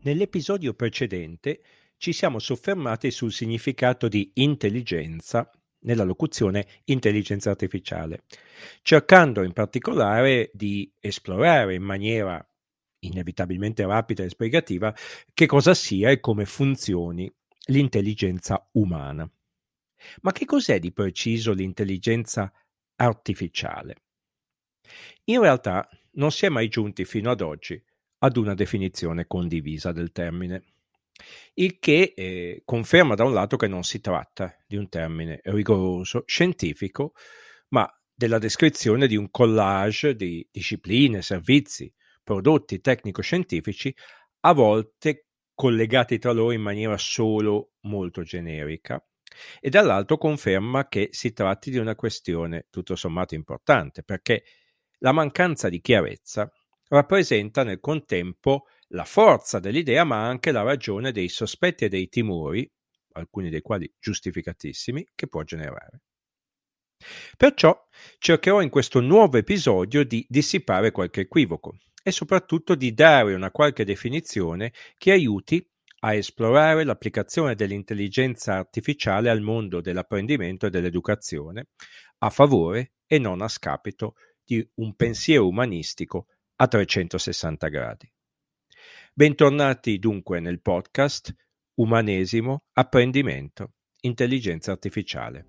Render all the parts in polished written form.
Nell'episodio precedente ci siamo soffermati sul significato di intelligenza nella locuzione intelligenza artificiale, cercando in particolare di esplorare in maniera inevitabilmente rapida e spiegativa che cosa sia e come funzioni l'intelligenza umana. Ma che cos'è di preciso l'intelligenza artificiale? In realtà non si è mai giunti fino ad oggi ad una definizione condivisa del termine, il che conferma da un lato che non si tratta di un termine rigoroso, scientifico, ma della descrizione di un collage di discipline, servizi, prodotti tecnico-scientifici, a volte collegati tra loro in maniera solo molto generica, e dall'altro conferma che si tratti di una questione tutto sommato importante, perché la mancanza di chiarezza rappresenta nel contempo la forza dell'idea, ma anche la ragione dei sospetti e dei timori, alcuni dei quali giustificatissimi, che può generare. Perciò cercherò in questo nuovo episodio di dissipare qualche equivoco e soprattutto di dare una qualche definizione che aiuti a esplorare l'applicazione dell'intelligenza artificiale al mondo dell'apprendimento e dell'educazione, a favore e non a scapito di un pensiero umanistico a 360 gradi. Bentornati dunque nel podcast Umanesimo, Apprendimento, Intelligenza Artificiale.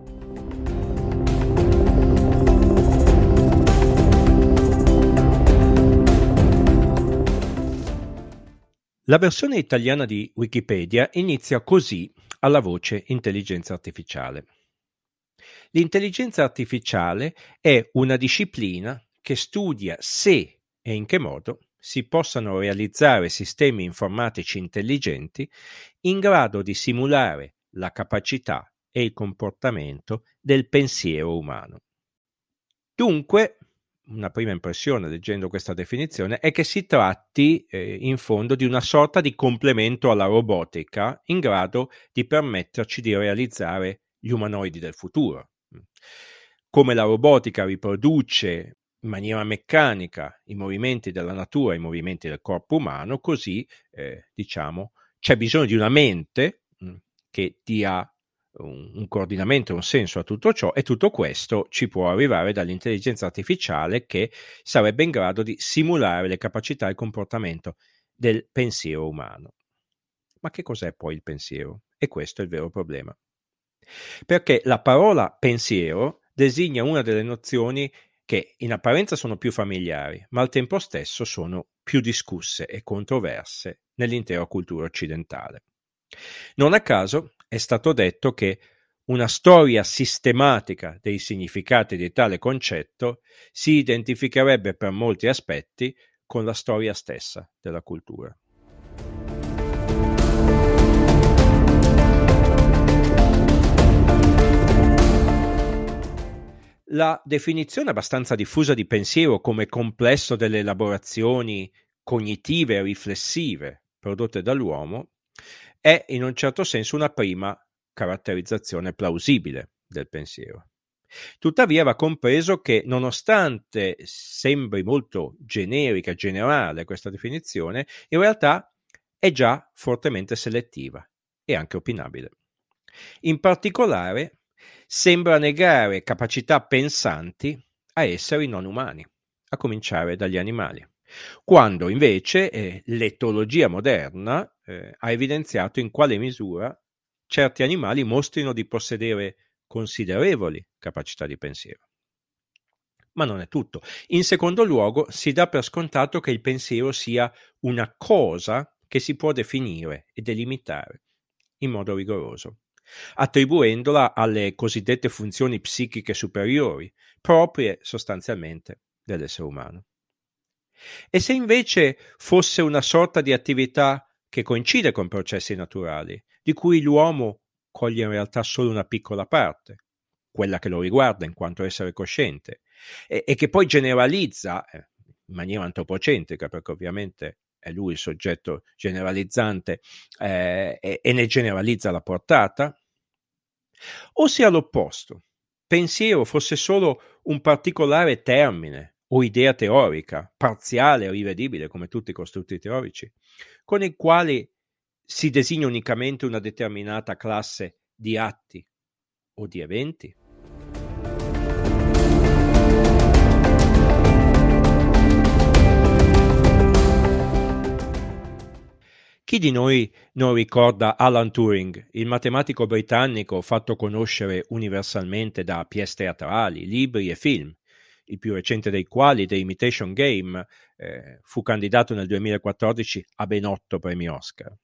La versione italiana di Wikipedia inizia così alla voce intelligenza artificiale. L'intelligenza artificiale è una disciplina che studia se e in che modo si possano realizzare sistemi informatici intelligenti in grado di simulare la capacità e il comportamento del pensiero umano. Dunque, una prima impressione leggendo questa definizione è che si tratti in fondo di una sorta di complemento alla robotica in grado di permetterci di realizzare gli umanoidi del futuro. Come la robotica riproduce in maniera meccanica i movimenti della natura, i movimenti del corpo umano, così c'è bisogno di una mente che dia un coordinamento, un senso a tutto ciò, e tutto questo ci può arrivare dall'intelligenza artificiale che sarebbe in grado di simulare le capacità e il comportamento del pensiero umano. Ma che cos'è poi il pensiero? E questo è il vero problema. Perché la parola pensiero designa una delle nozioni che in apparenza sono più familiari, ma al tempo stesso sono più discusse e controverse nell'intera cultura occidentale. Non a caso è stato detto che una storia sistematica dei significati di tale concetto si identificherebbe per molti aspetti con la storia stessa della cultura. La definizione abbastanza diffusa di pensiero come complesso delle elaborazioni cognitive e riflessive prodotte dall'uomo è in un certo senso una prima caratterizzazione plausibile del pensiero. Tuttavia va compreso che, nonostante sembri molto generica, generale questa definizione, in realtà è già fortemente selettiva e anche opinabile. In particolare, sembra negare capacità pensanti a esseri non umani, a cominciare dagli animali, quando invece l'etologia moderna ha evidenziato in quale misura certi animali mostrino di possedere considerevoli capacità di pensiero. Ma non è tutto. In secondo luogo, si dà per scontato che il pensiero sia una cosa che si può definire e delimitare in modo rigoroso, attribuendola alle cosiddette funzioni psichiche superiori, proprie sostanzialmente dell'essere umano. E se invece fosse una sorta di attività che coincide con processi naturali, di cui l'uomo coglie in realtà solo una piccola parte, quella che lo riguarda in quanto essere cosciente, e che poi generalizza in maniera antropocentrica, perché ovviamente è lui il soggetto generalizzante e ne generalizza la portata, o se all'opposto pensiero fosse solo un particolare termine o idea teorica, parziale o rivedibile come tutti i costrutti teorici, con i quali si designa unicamente una determinata classe di atti o di eventi? Chi di noi non ricorda Alan Turing, il matematico britannico fatto conoscere universalmente da pièce teatrali, libri e film, il più recente dei quali, The Imitation Game, fu candidato nel 2014 a ben 8 premi Oscar.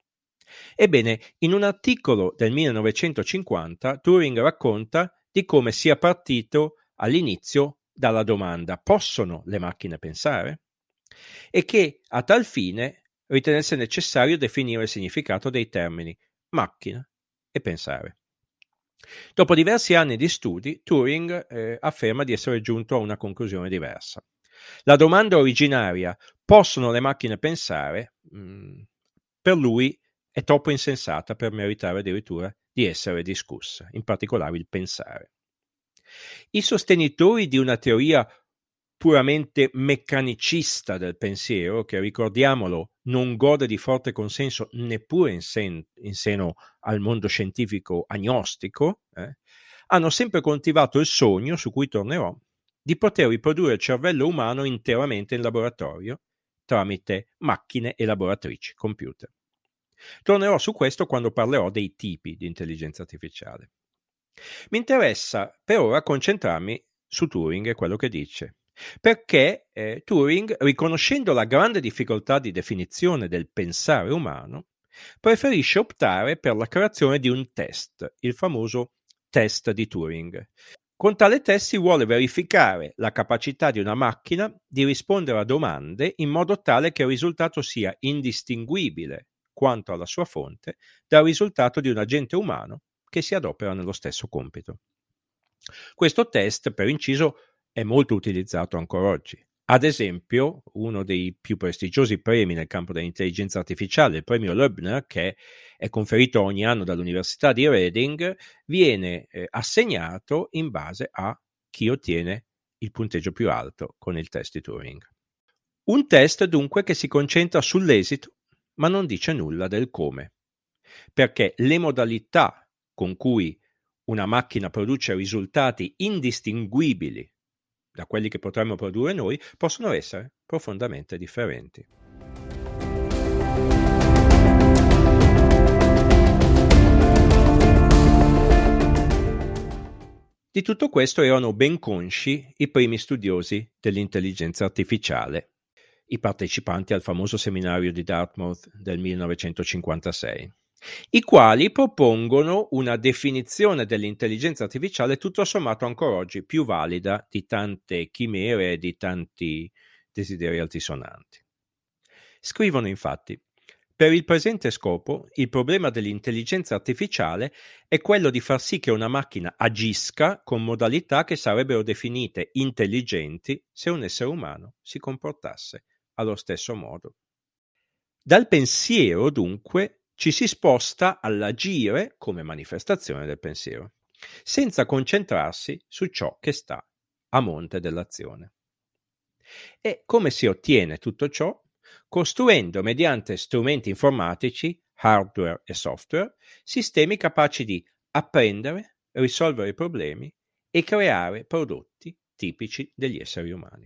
Ebbene, in un articolo del 1950, Turing racconta di come sia partito all'inizio dalla domanda: possono le macchine pensare? E che a tal fine ritenesse necessario definire il significato dei termini macchina e pensare. Dopo diversi anni di studi, Turing afferma di essere giunto a una conclusione diversa. La domanda originaria, possono le macchine pensare, per lui è troppo insensata per meritare addirittura di essere discussa, in particolare il pensare. I sostenitori di una teoria puramente meccanicista del pensiero, che ricordiamolo non gode di forte consenso neppure in seno al mondo scientifico agnostico, hanno sempre coltivato il sogno, su cui tornerò, di poter riprodurre il cervello umano interamente in laboratorio tramite macchine elaboratrici, computer. Tornerò su questo quando parlerò dei tipi di intelligenza artificiale. Mi interessa per ora concentrarmi su Turing e quello che dice, perché Turing, riconoscendo la grande difficoltà di definizione del pensare umano, preferisce optare per la creazione di un test, il famoso test di Turing. Con tale test si vuole verificare la capacità di una macchina di rispondere a domande in modo tale che il risultato sia indistinguibile quanto alla sua fonte dal risultato di un agente umano che si adopera nello stesso compito. Questo test, per inciso, è molto utilizzato ancora oggi. Ad esempio, uno dei più prestigiosi premi nel campo dell'intelligenza artificiale, il premio Loebner, che è conferito ogni anno dall'Università di Reading, viene assegnato in base a chi ottiene il punteggio più alto con il test di Turing. Un test dunque che si concentra sull'esito, ma non dice nulla del come, perché le modalità con cui una macchina produce risultati indistinguibili da quelli che potremmo produrre noi possono essere profondamente differenti. Di tutto questo erano ben consci i primi studiosi dell'intelligenza artificiale, i partecipanti al famoso seminario di Dartmouth del 1956. I quali propongono una definizione dell'intelligenza artificiale tutto sommato ancora oggi più valida di tante chimere e di tanti desideri altisonanti. Scrivono infatti: per il presente scopo, il problema dell'intelligenza artificiale è quello di far sì che una macchina agisca con modalità che sarebbero definite intelligenti se un essere umano si comportasse allo stesso modo. Dal pensiero, dunque, ci si sposta all'agire come manifestazione del pensiero, senza concentrarsi su ciò che sta a monte dell'azione. E come si ottiene tutto ciò? Costruendo mediante strumenti informatici, hardware e software, sistemi capaci di apprendere, risolvere problemi e creare prodotti tipici degli esseri umani.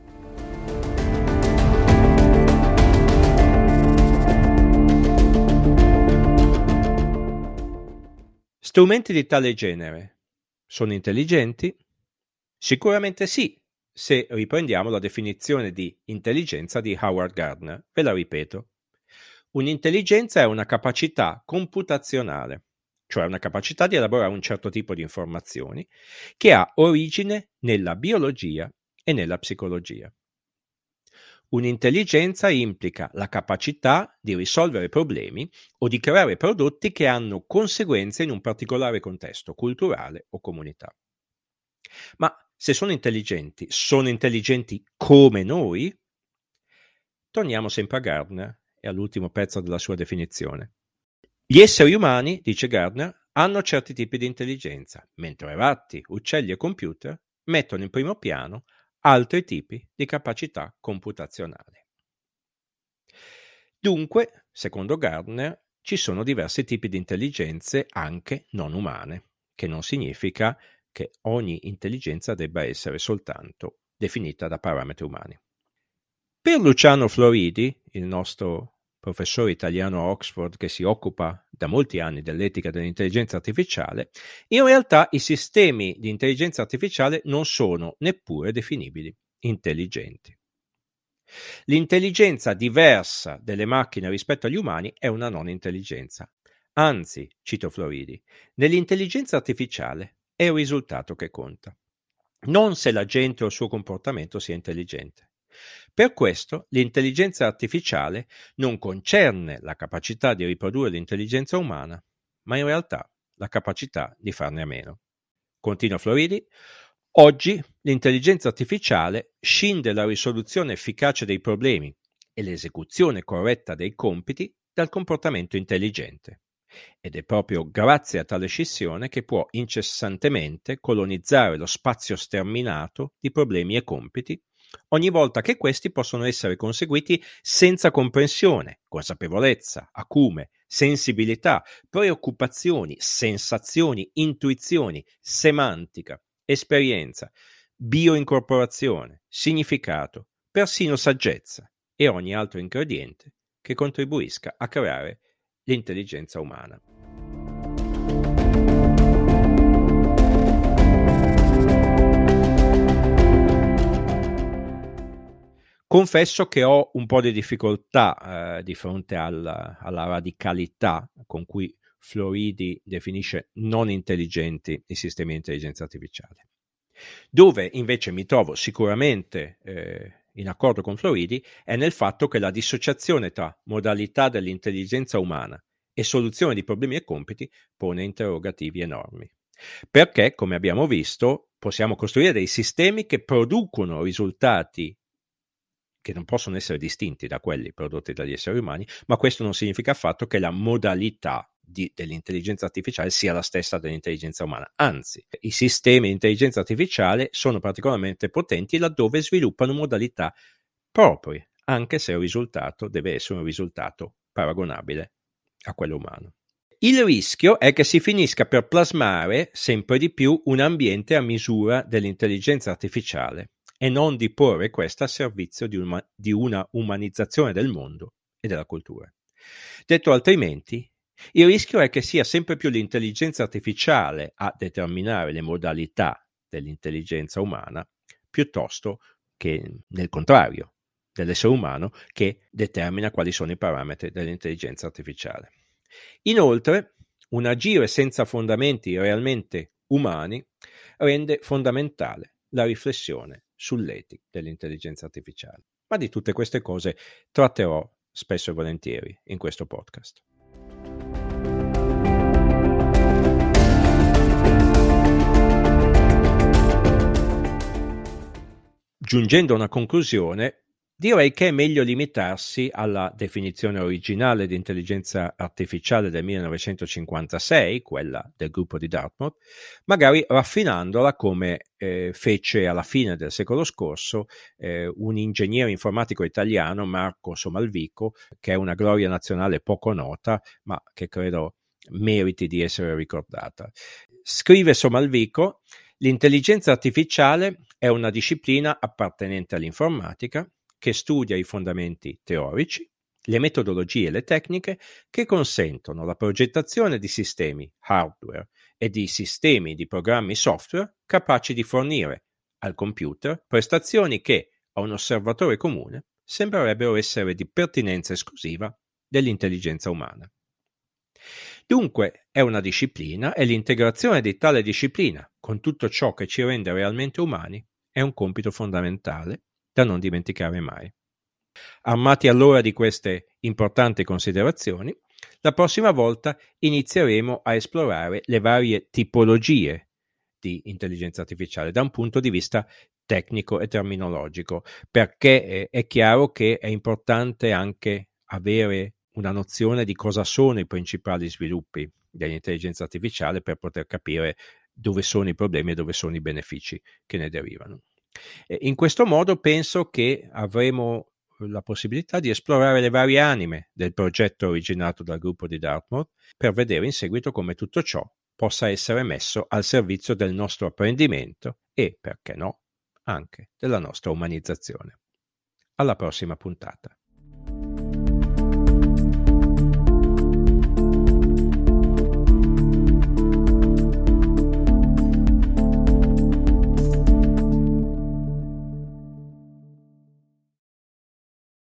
Strumenti di tale genere sono intelligenti? Sicuramente sì, se riprendiamo la definizione di intelligenza di Howard Gardner. Ve la ripeto. Un'intelligenza è una capacità computazionale, cioè una capacità di elaborare un certo tipo di informazioni, che ha origine nella biologia e nella psicologia. Un'intelligenza implica la capacità di risolvere problemi o di creare prodotti che hanno conseguenze in un particolare contesto culturale o comunità. Ma se sono intelligenti come noi? Torniamo sempre a Gardner e all'ultimo pezzo della sua definizione. Gli esseri umani, dice Gardner, hanno certi tipi di intelligenza, mentre ratti, uccelli e computer mettono in primo piano altri tipi di capacità computazionali. Dunque, secondo Gardner, ci sono diversi tipi di intelligenze anche non umane, che non significa che ogni intelligenza debba essere soltanto definita da parametri umani. Per Luciano Floridi, il nostro professore italiano a Oxford che si occupa da molti anni dell'etica dell'intelligenza artificiale, in realtà i sistemi di intelligenza artificiale non sono neppure definibili intelligenti. L'intelligenza diversa delle macchine rispetto agli umani è una non intelligenza. Anzi, cito Floridi, nell'intelligenza artificiale è il risultato che conta, non se l'agente o il suo comportamento sia intelligente. Per questo l'intelligenza artificiale non concerne la capacità di riprodurre l'intelligenza umana, ma in realtà la capacità di farne a meno. Continua Floridi, oggi l'intelligenza artificiale scinde la risoluzione efficace dei problemi e l'esecuzione corretta dei compiti dal comportamento intelligente. Ed è proprio grazie a tale scissione che può incessantemente colonizzare lo spazio sterminato di problemi e compiti, ogni volta che questi possono essere conseguiti senza comprensione, consapevolezza, acume, sensibilità, preoccupazioni, sensazioni, intuizioni, semantica, esperienza, bioincorporazione, significato, persino saggezza e ogni altro ingrediente che contribuisca a creare l'intelligenza umana. Confesso che ho un po' di difficoltà di fronte alla radicalità con cui Floridi definisce non intelligenti i sistemi di intelligenza artificiale. Dove invece mi trovo sicuramente in accordo con Floridi è nel fatto che la dissociazione tra modalità dell'intelligenza umana e soluzione di problemi e compiti pone interrogativi enormi. Perché, come abbiamo visto, possiamo costruire dei sistemi che producono risultati che non possono essere distinti da quelli prodotti dagli esseri umani, ma questo non significa affatto che la modalità dell'intelligenza artificiale sia la stessa dell'intelligenza umana. Anzi, i sistemi di intelligenza artificiale sono particolarmente potenti laddove sviluppano modalità proprie, anche se il risultato deve essere un risultato paragonabile a quello umano. Il rischio è che si finisca per plasmare sempre di più un ambiente a misura dell'intelligenza artificiale e non di porre questa a servizio di una umanizzazione del mondo e della cultura. Detto altrimenti, il rischio è che sia sempre più l'intelligenza artificiale a determinare le modalità dell'intelligenza umana, piuttosto che nel contrario, dell'essere umano che determina quali sono i parametri dell'intelligenza artificiale. Inoltre, un agire senza fondamenti realmente umani rende fondamentale la riflessione sull'etica dell'intelligenza artificiale. Ma di tutte queste cose tratterò spesso e volentieri in questo podcast. Giungendo a una conclusione, direi che è meglio limitarsi alla definizione originale di intelligenza artificiale del 1956, quella del gruppo di Dartmouth, magari raffinandola come fece alla fine del secolo scorso un ingegnere informatico italiano, Marco Somalvico, che è una gloria nazionale poco nota, ma che credo meriti di essere ricordata. Scrive Somalvico: l'intelligenza artificiale è una disciplina appartenente all'informatica che studia i fondamenti teorici, le metodologie e le tecniche che consentono la progettazione di sistemi hardware e di sistemi di programmi software capaci di fornire al computer prestazioni che a un osservatore comune sembrerebbero essere di pertinenza esclusiva dell'intelligenza umana. Dunque è una disciplina e l'integrazione di tale disciplina con tutto ciò che ci rende realmente umani è un compito fondamentale da non dimenticare mai. Armati allora di queste importanti considerazioni, la prossima volta inizieremo a esplorare le varie tipologie di intelligenza artificiale da un punto di vista tecnico e terminologico, perché è chiaro che è importante anche avere una nozione di cosa sono i principali sviluppi dell'intelligenza artificiale per poter capire dove sono i problemi e dove sono i benefici che ne derivano. In questo modo penso che avremo la possibilità di esplorare le varie anime del progetto originato dal gruppo di Dartmouth per vedere in seguito come tutto ciò possa essere messo al servizio del nostro apprendimento e, perché no, anche della nostra umanizzazione. Alla prossima puntata.